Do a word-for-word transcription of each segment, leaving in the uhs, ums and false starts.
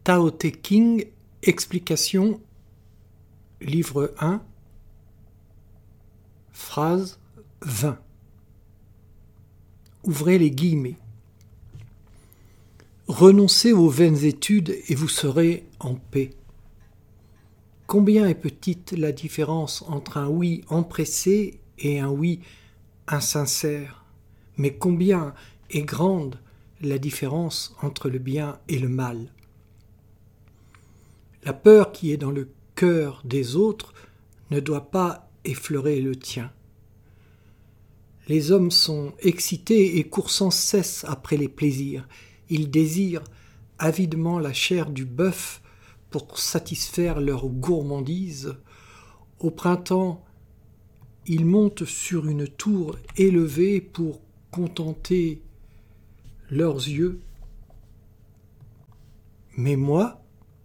Tao Te Ching, explication, livre un, phrase vingt. Ouvrez les guillemets. Renoncez aux vaines études et vous serez en paix. Combien est petite la différence entre un oui empressé et un oui insincère, mais combien est grande la différence entre le bien et le mal. La peur qui est dans le cœur des autres ne doit pas effleurer le tien. Les hommes sont excités et courent sans cesse après les plaisirs. Ils désirent avidement la chair du bœuf pour satisfaire leur gourmandise. Au printemps, ils montent sur une tour élevée pour contenter leurs yeux. Mais moi,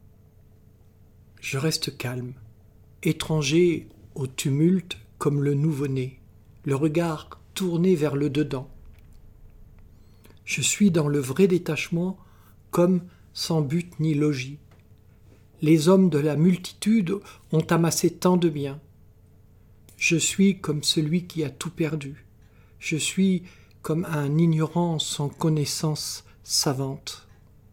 je reste calme, étranger au tumulte comme le nouveau-né, le regard tourné vers le dedans. Je suis dans le vrai détachement comme sans but ni logis. Les hommes de la multitude ont amassé tant de biens. Je suis comme celui qui a tout perdu. Je suis comme un ignorant sans connaissance savante.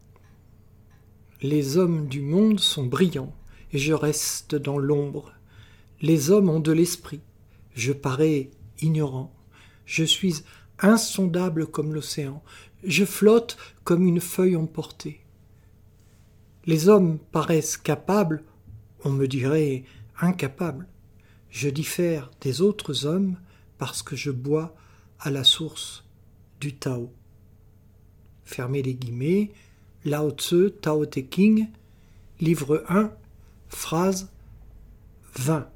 Les hommes du monde sont brillants et je reste dans l'ombre. Les hommes ont de l'esprit. Je parais ignorant. Je suis insondable comme l'océan. Je flotte comme une feuille emportée. Les hommes paraissent capables, on me dirait incapables. Je diffère des autres hommes parce que je bois à la source du Tao. Fermez les guillemets, Lao Tzu, Tao Te Ching, livre un, phrase vingt.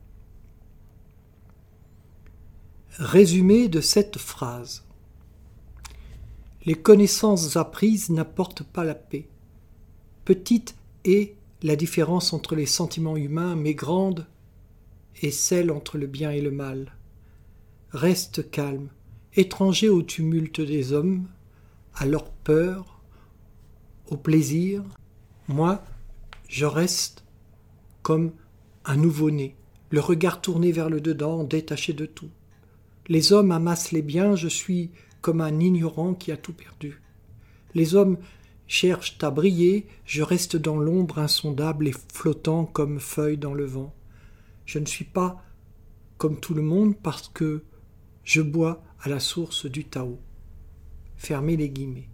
Résumé de cette phrase. Les connaissances apprises n'apportent pas la paix. Petite est la différence entre les sentiments humains, mais grande est celle entre le bien et le mal. Reste calme, étranger au tumulte des hommes, à leur peur, au plaisir. Moi, je reste comme un nouveau-né, le regard tourné vers le dedans, détaché de tout. Les hommes amassent les biens, je suis comme un ignorant qui a tout perdu. Les hommes cherchent à briller, je reste dans l'ombre insondable et flottant comme feuille dans le vent. Je ne suis pas comme tout le monde parce que je bois à la source du Tao. Fermez les guillemets.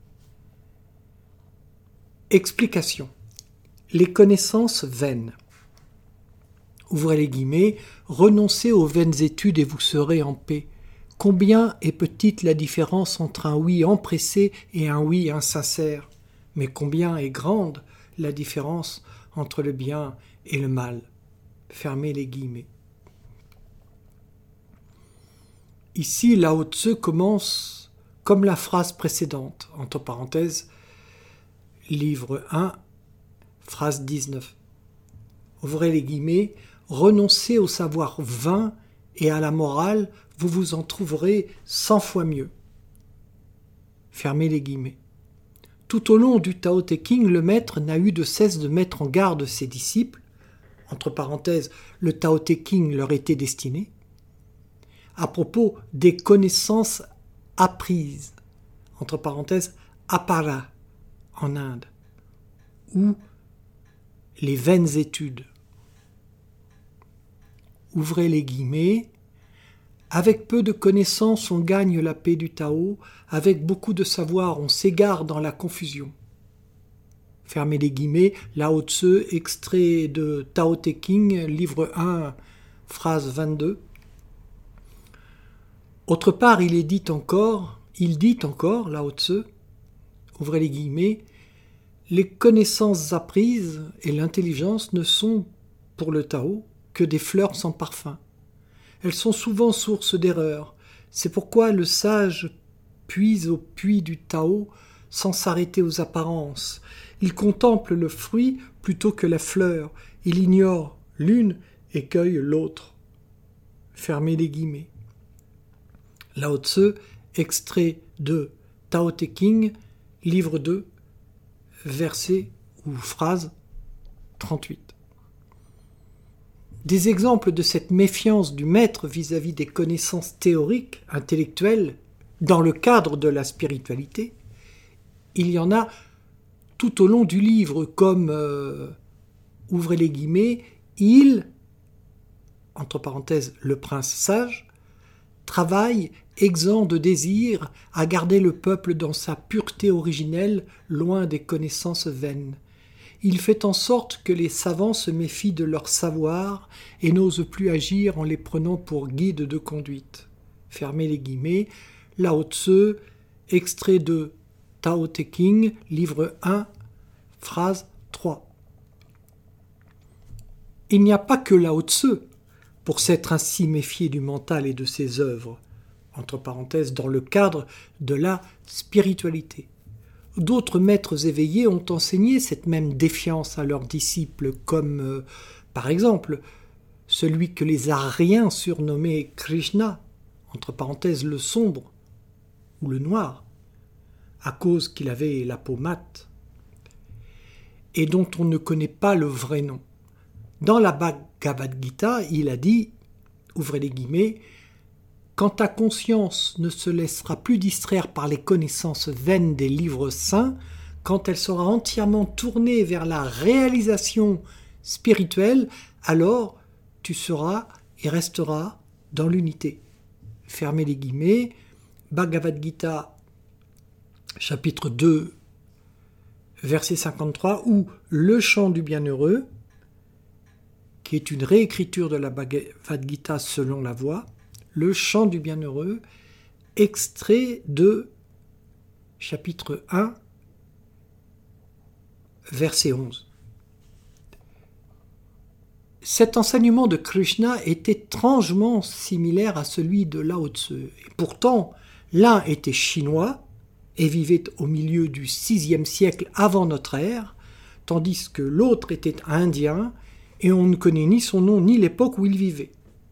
Explication. Les connaissances vaines. Ouvrez les guillemets. Renoncez aux vaines études et vous serez en paix. Combien est petite la différence entre un oui empressé et un oui insincère, mais combien est grande la différence entre le bien et le mal. Fermez les guillemets. Ici, Lao Tzu commence comme la phrase précédente, entre parenthèses, livre un, phrase dix-neuf. Ouvrez les guillemets, renoncez au savoir vain et à la morale, vous vous en trouverez cent fois mieux. Fermez les guillemets. Tout au long du Tao Te Ching, le maître n'a eu de cesse de mettre en garde ses disciples, entre parenthèses, le Tao Te Ching leur était destiné, à propos des connaissances apprises, entre parenthèses, apara, en Inde, ou les vaines études. Ouvrez les guillemets. Avec peu de connaissances, on gagne la paix du Tao. Avec beaucoup de savoir, on s'égare dans la confusion. Fermez les guillemets. Lao Tzu, extrait de Tao Te Ching, livre un, phrase vingt-deux. Autre part, il est dit encore, il dit encore, Lao Tzu, ouvrez les guillemets, les connaissances apprises et l'intelligence ne sont, pour le Tao, que des fleurs sans parfum. Elles sont souvent source d'erreurs. C'est pourquoi le sage puise au puits du Tao sans s'arrêter aux apparences. Il contemple le fruit plutôt que la fleur. Il ignore l'une et cueille l'autre. Fermez les guillemets. Lao Tzu, extrait de Tao Te Ching, livre deux, verset ou phrase trente-huit. Des exemples de cette méfiance du maître vis-à-vis des connaissances théoriques, intellectuelles, dans le cadre de la spiritualité, il y en a tout au long du livre, comme, euh, ouvrez les guillemets, il, entre parenthèses, le prince sage, travaille, exempt de désir, à garder le peuple dans sa pureté originelle, loin des connaissances vaines. Il fait en sorte que les savants se méfient de leur savoir et n'osent plus agir en les prenant pour guides de conduite. Fermez les guillemets. Lao Tzu, extrait de Tao Te Ching, livre un, phrase trois. Il n'y a pas que Lao Tzu pour s'être ainsi méfié du mental et de ses œuvres, entre parenthèses, dans le cadre de la spiritualité. D'autres maîtres éveillés ont enseigné cette même défiance à leurs disciples, comme, euh, par exemple, celui que les Aryens surnommaient Krishna, entre parenthèses le sombre, ou le noir, à cause qu'il avait la peau mate, et dont on ne connaît pas le vrai nom. Dans la Bhagavad Gita, il a dit, ouvrez les guillemets, quand ta conscience ne se laissera plus distraire par les connaissances vaines des livres saints, quand elle sera entièrement tournée vers la réalisation spirituelle, alors tu seras et resteras dans l'unité. Fermez les guillemets. Bhagavad Gita, chapitre deux, verset cinquante-trois, ou le chant du bienheureux, qui est une réécriture de la Bhagavad Gita selon la voix, le chant du bienheureux, extrait de chapitre un, verset onze. Cet enseignement de Krishna est étrangement similaire à celui de Lao Tzu. Et pourtant, l'un était chinois et vivait au milieu du sixième siècle avant notre ère, tandis que l'autre était indien et on ne connaît ni son nom ni l'époque où il vivait.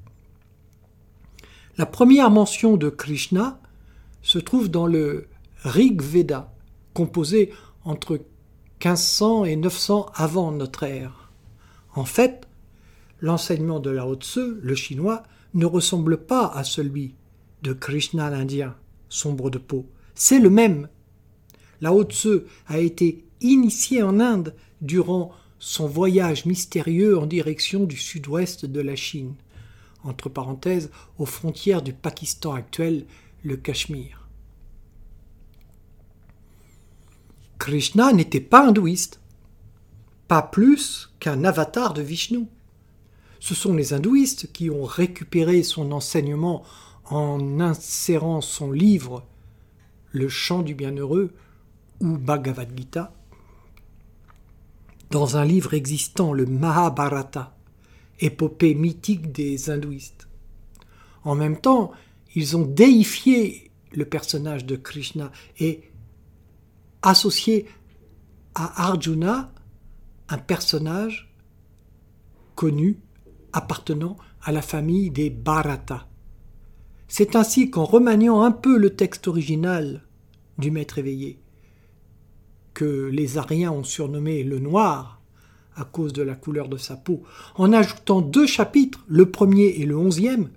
La première mention de Krishna se trouve dans le Rig Veda, composé entre quinze cents et neuf cents avant notre ère. En fait, l'enseignement de Lao Tzu, le chinois, ne ressemble pas à celui de Krishna l'Indien, sombre de peau. C'est le même. Lao Tzu a été initié en Inde durant son voyage mystérieux en direction du sud-ouest de la Chine, entre parenthèses, aux frontières du Pakistan actuel, le Cachemire. Krishna n'était pas hindouiste, pas plus qu'un avatar de Vishnu. Ce sont les hindouistes qui ont récupéré son enseignement en insérant son livre, le chant du bienheureux, ou Bhagavad Gita, dans un livre existant, le Mahabharata, épopée mythique des hindouistes. En même temps, ils ont déifié le personnage de Krishna et associé à Arjuna un personnage connu appartenant à la famille des Bharata. C'est ainsi qu'en remaniant un peu le texte original du maître éveillé, que les Aryens ont surnommé le noir, à cause de la couleur de sa peau, en ajoutant deux chapitres, le premier et le onzième,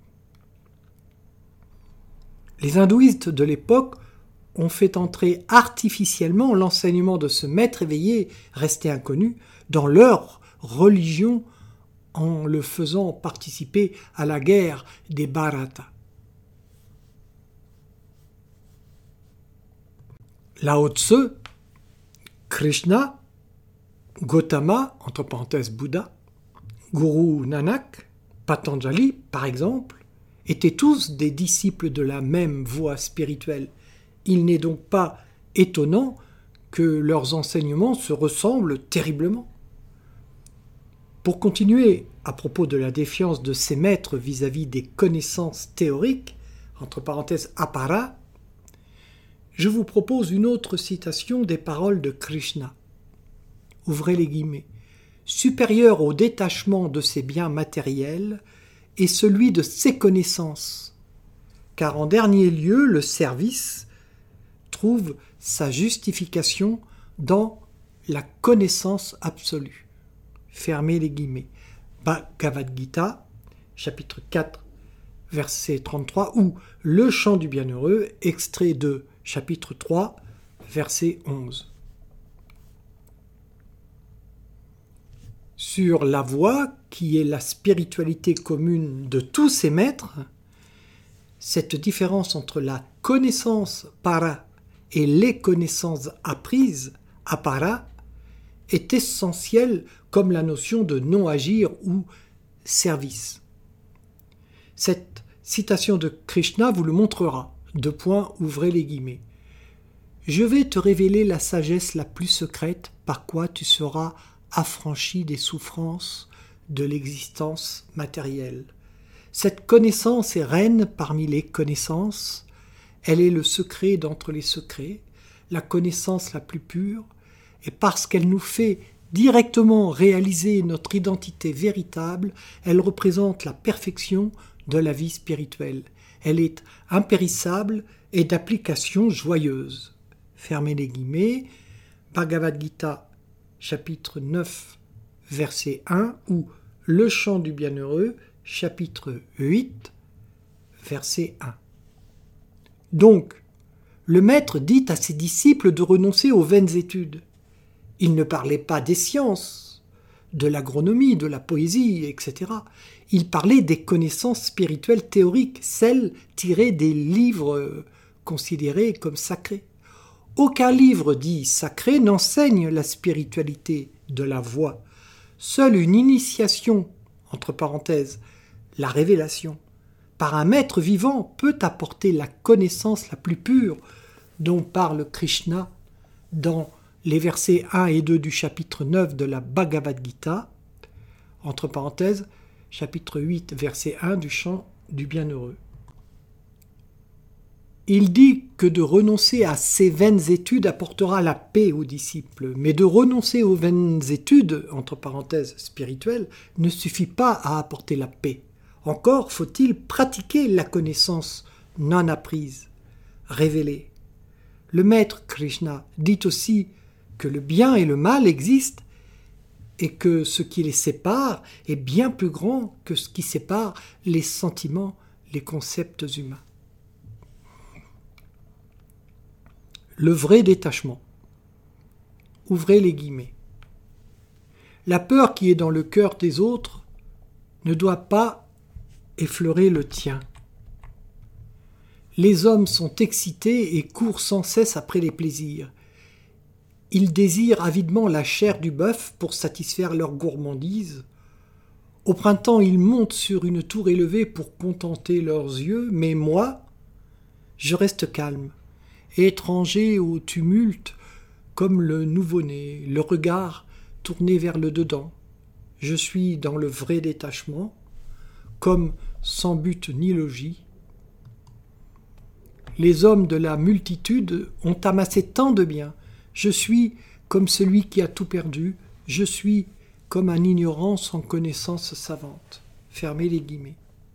les hindouistes de l'époque ont fait entrer artificiellement l'enseignement de ce maître éveillé, resté inconnu, dans leur religion en le faisant participer à la guerre des Bharata. Lao Tzu, Krishna, Gautama, entre parenthèses Bouddha, Guru Nanak, Patanjali, par exemple, étaient tous des disciples de la même voie spirituelle. Il n'est donc pas étonnant que leurs enseignements se ressemblent terriblement. Pour continuer à propos de la défiance de ces maîtres vis-à-vis des connaissances théoriques, entre parenthèses apara, je vous propose une autre citation des paroles de Krishna. Ouvrez les guillemets. Supérieur au détachement de ses biens matériels est celui de ses connaissances, car en dernier lieu, le service trouve sa justification dans la connaissance absolue. fermez les guillemets. Bhagavad Gita, chapitre quatre, verset trente-trois, ou Le chant du bienheureux, extrait de chapitre trois, verset onze. Sur la voie, qui est la spiritualité commune de tous ces maîtres, cette différence entre la connaissance para et les connaissances apprises, apara, est essentielle comme la notion de non-agir ou service. Cette citation de Krishna vous le montrera. Deux points, ouvrez les guillemets. Je vais te révéler la sagesse la plus secrète par quoi tu seras affranchi des souffrances de l'existence matérielle. Cette connaissance est reine parmi les connaissances. Elle est le secret d'entre les secrets, la connaissance la plus pure, et parce qu'elle nous fait directement réaliser notre identité véritable, elle représente la perfection de la vie spirituelle. Elle est impérissable et d'application joyeuse. Fermez les guillemets. Bhagavad Gita, chapitre neuf, verset un, ou Le chant du bienheureux, chapitre huit, verset un. Donc, le maître dit à ses disciples de renoncer aux vaines études. Il ne parlait pas des sciences, de l'agronomie, de la poésie, et cetera. Il parlait des connaissances spirituelles théoriques, celles tirées des livres considérés comme sacrés. Aucun livre dit sacré n'enseigne la spiritualité de la voie. Seule une initiation, entre parenthèses, la révélation, par un maître vivant peut apporter la connaissance la plus pure dont parle Krishna dans les versets un et deux du chapitre neuf de la Bhagavad Gita, entre parenthèses, chapitre huit, verset un du chant du bienheureux. Il dit que de renoncer à ces vaines études apportera la paix aux disciples, mais de renoncer aux vaines études, entre parenthèses spirituelles, ne suffit pas à apporter la paix. Encore faut-il pratiquer la connaissance non apprise, révélée. Le maître Krishna dit aussi que le bien et le mal existent et que ce qui les sépare est bien plus grand que ce qui sépare les sentiments, les concepts humains. Le vrai détachement. Ouvrez les guillemets. La peur qui est dans le cœur des autres ne doit pas effleurer le tien. Les hommes sont excités et courent sans cesse après les plaisirs. Ils désirent avidement la chair du bœuf pour satisfaire leur gourmandise. Au printemps, ils montent sur une tour élevée pour contenter leurs yeux, mais moi, je reste calme, étranger au tumulte, comme le nouveau-né, le regard tourné vers le dedans. Je suis dans le vrai détachement, comme sans but ni logis. Les hommes de la multitude ont amassé tant de biens. Je suis comme celui qui a tout perdu. Je suis comme un ignorant sans connaissance savante. Fermez les guillemets.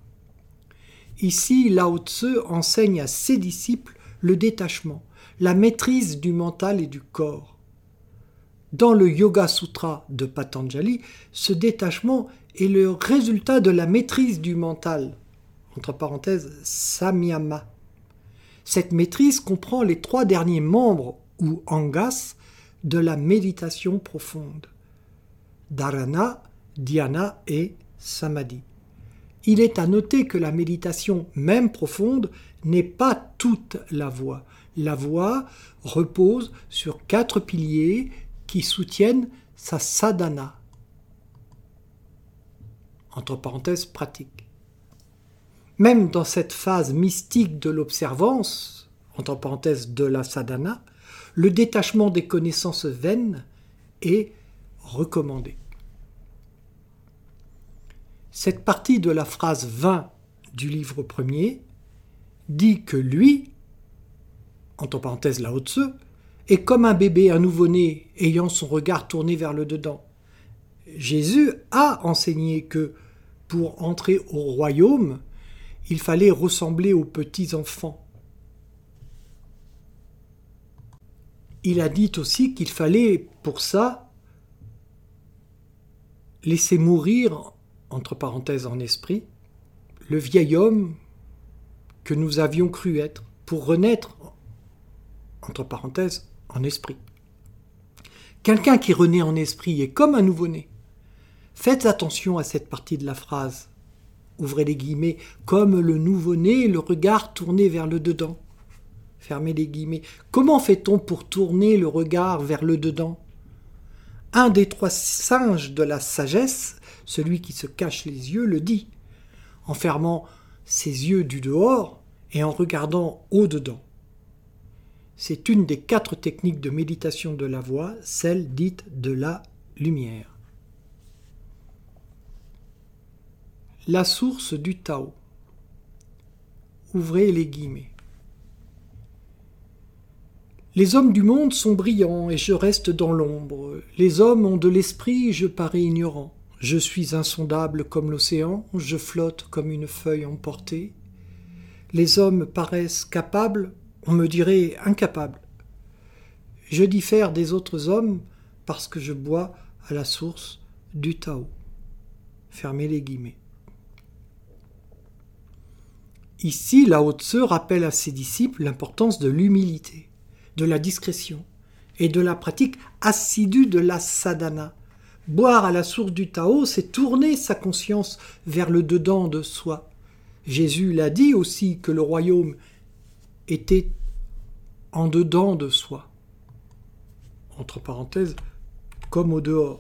Ici, Lao Tse enseigne à ses disciples le détachement, la maîtrise du mental et du corps. Dans le Yoga Sutra de Patanjali, ce détachement est le résultat de la maîtrise du mental, entre parenthèses, samyama. Cette maîtrise comprend les trois derniers membres, ou angas, de la méditation profonde. Dharana, dhyana et samadhi. Il est à noter que la méditation, même profonde, n'est pas toute la voie. La voie repose sur quatre piliers qui soutiennent sa sadhana. Entre parenthèses, pratique. Même dans cette phase mystique de l'observance, entre parenthèses, de la sadhana, le détachement des connaissances vaines est recommandé. Cette partie de la phrase vingt du livre premier dit que lui, entre parenthèses Lao Tse, est comme un bébé, un nouveau-né, ayant son regard tourné vers le dedans. Jésus a enseigné que, pour entrer au royaume, il fallait ressembler aux petits enfants. Il a dit aussi qu'il fallait, pour ça, laisser mourir, entre parenthèses en esprit, le vieil homme que nous avions cru être, pour renaître, entre parenthèses, en esprit. Quelqu'un qui renaît en esprit est comme un nouveau-né. Faites attention à cette partie de la phrase. Ouvrez les guillemets, comme le nouveau-né, le regard tourné vers le dedans. Fermez les guillemets. Comment fait-on pour tourner le regard vers le dedans ? Un des trois singes de la sagesse, celui qui se cache les yeux, le dit, en fermant ses yeux du dehors et en regardant au dedans. C'est une des quatre techniques de méditation de la voix, celle dite de la lumière. La source du Tao. Ouvrez les guillemets. Les hommes du monde sont brillants et je reste dans l'ombre. Les hommes ont de l'esprit, je parais ignorant. Je suis insondable comme l'océan, je flotte comme une feuille emportée. Les hommes paraissent capables, on me dirait incapable. Je diffère des autres hommes parce que je bois à la source du Tao. Fermez les guillemets. Ici, Lao Tse rappelle à ses disciples l'importance de l'humilité, de la discrétion et de la pratique assidue de la sadhana. Boire à la source du Tao, c'est tourner sa conscience vers le dedans de soi. Jésus l'a dit aussi que le royaume était en dedans de soi. Entre parenthèses, comme au dehors.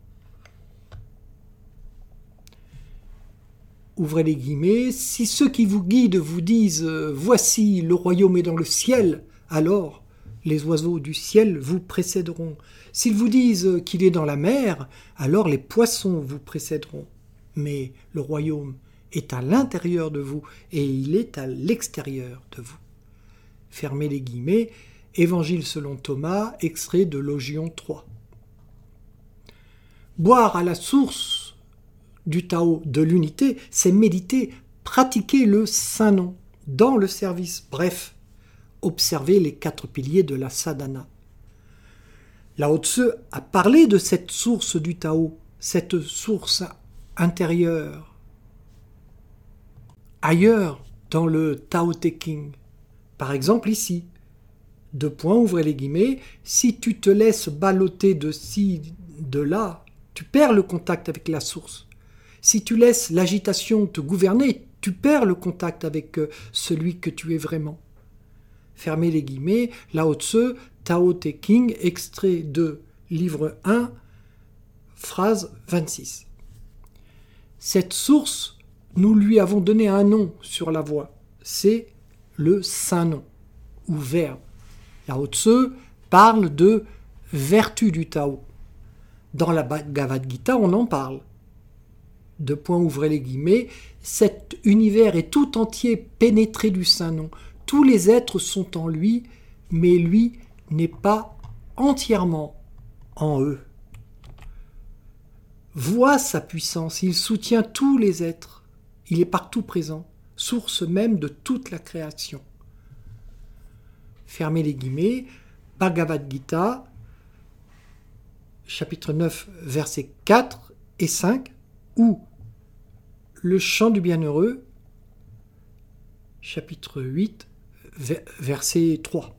Ouvrez les guillemets, si ceux qui vous guident vous disent « Voici, le royaume est dans le ciel », alors les oiseaux du ciel vous précéderont. S'ils vous disent qu'il est dans la mer, alors les poissons vous précéderont. Mais le royaume est à l'intérieur de vous et il est à l'extérieur de vous. Fermez les guillemets, Évangile selon Thomas, extrait de Logion trois. Boire à la source du Tao, de l'unité, c'est méditer, pratiquer le saint nom dans le service. Bref, observer les quatre piliers de la sadhana. Lao Tse a parlé de cette source du Tao, cette source intérieure, ailleurs dans le Tao Te Ching. Par exemple ici, deux points, ouvrez les guillemets, si tu te laisses balloter de ci, de là, tu perds le contact avec la source. Si tu laisses l'agitation te gouverner, tu perds le contact avec celui que tu es vraiment. Fermez les guillemets, Lao Tse, Tao Te Ching, extrait de livre un, phrase vingt-six. Cette source, nous lui avons donné un nom sur la voie, c'est le saint nom, ou verbe. Lao Tse parle de vertu du Tao. Dans la Bhagavad Gita, on en parle. Deux points, ouvrez les guillemets, cet univers est tout entier pénétré du saint nom. Tous les êtres sont en lui, mais lui n'est pas entièrement en eux. Vois sa puissance, il soutient tous les êtres, il est partout présent, source même de toute la création. Fermez les guillemets, Bhagavad Gita, chapitre neuf, versets quatre et cinq, ou le chant du bienheureux, chapitre huit, verset trois.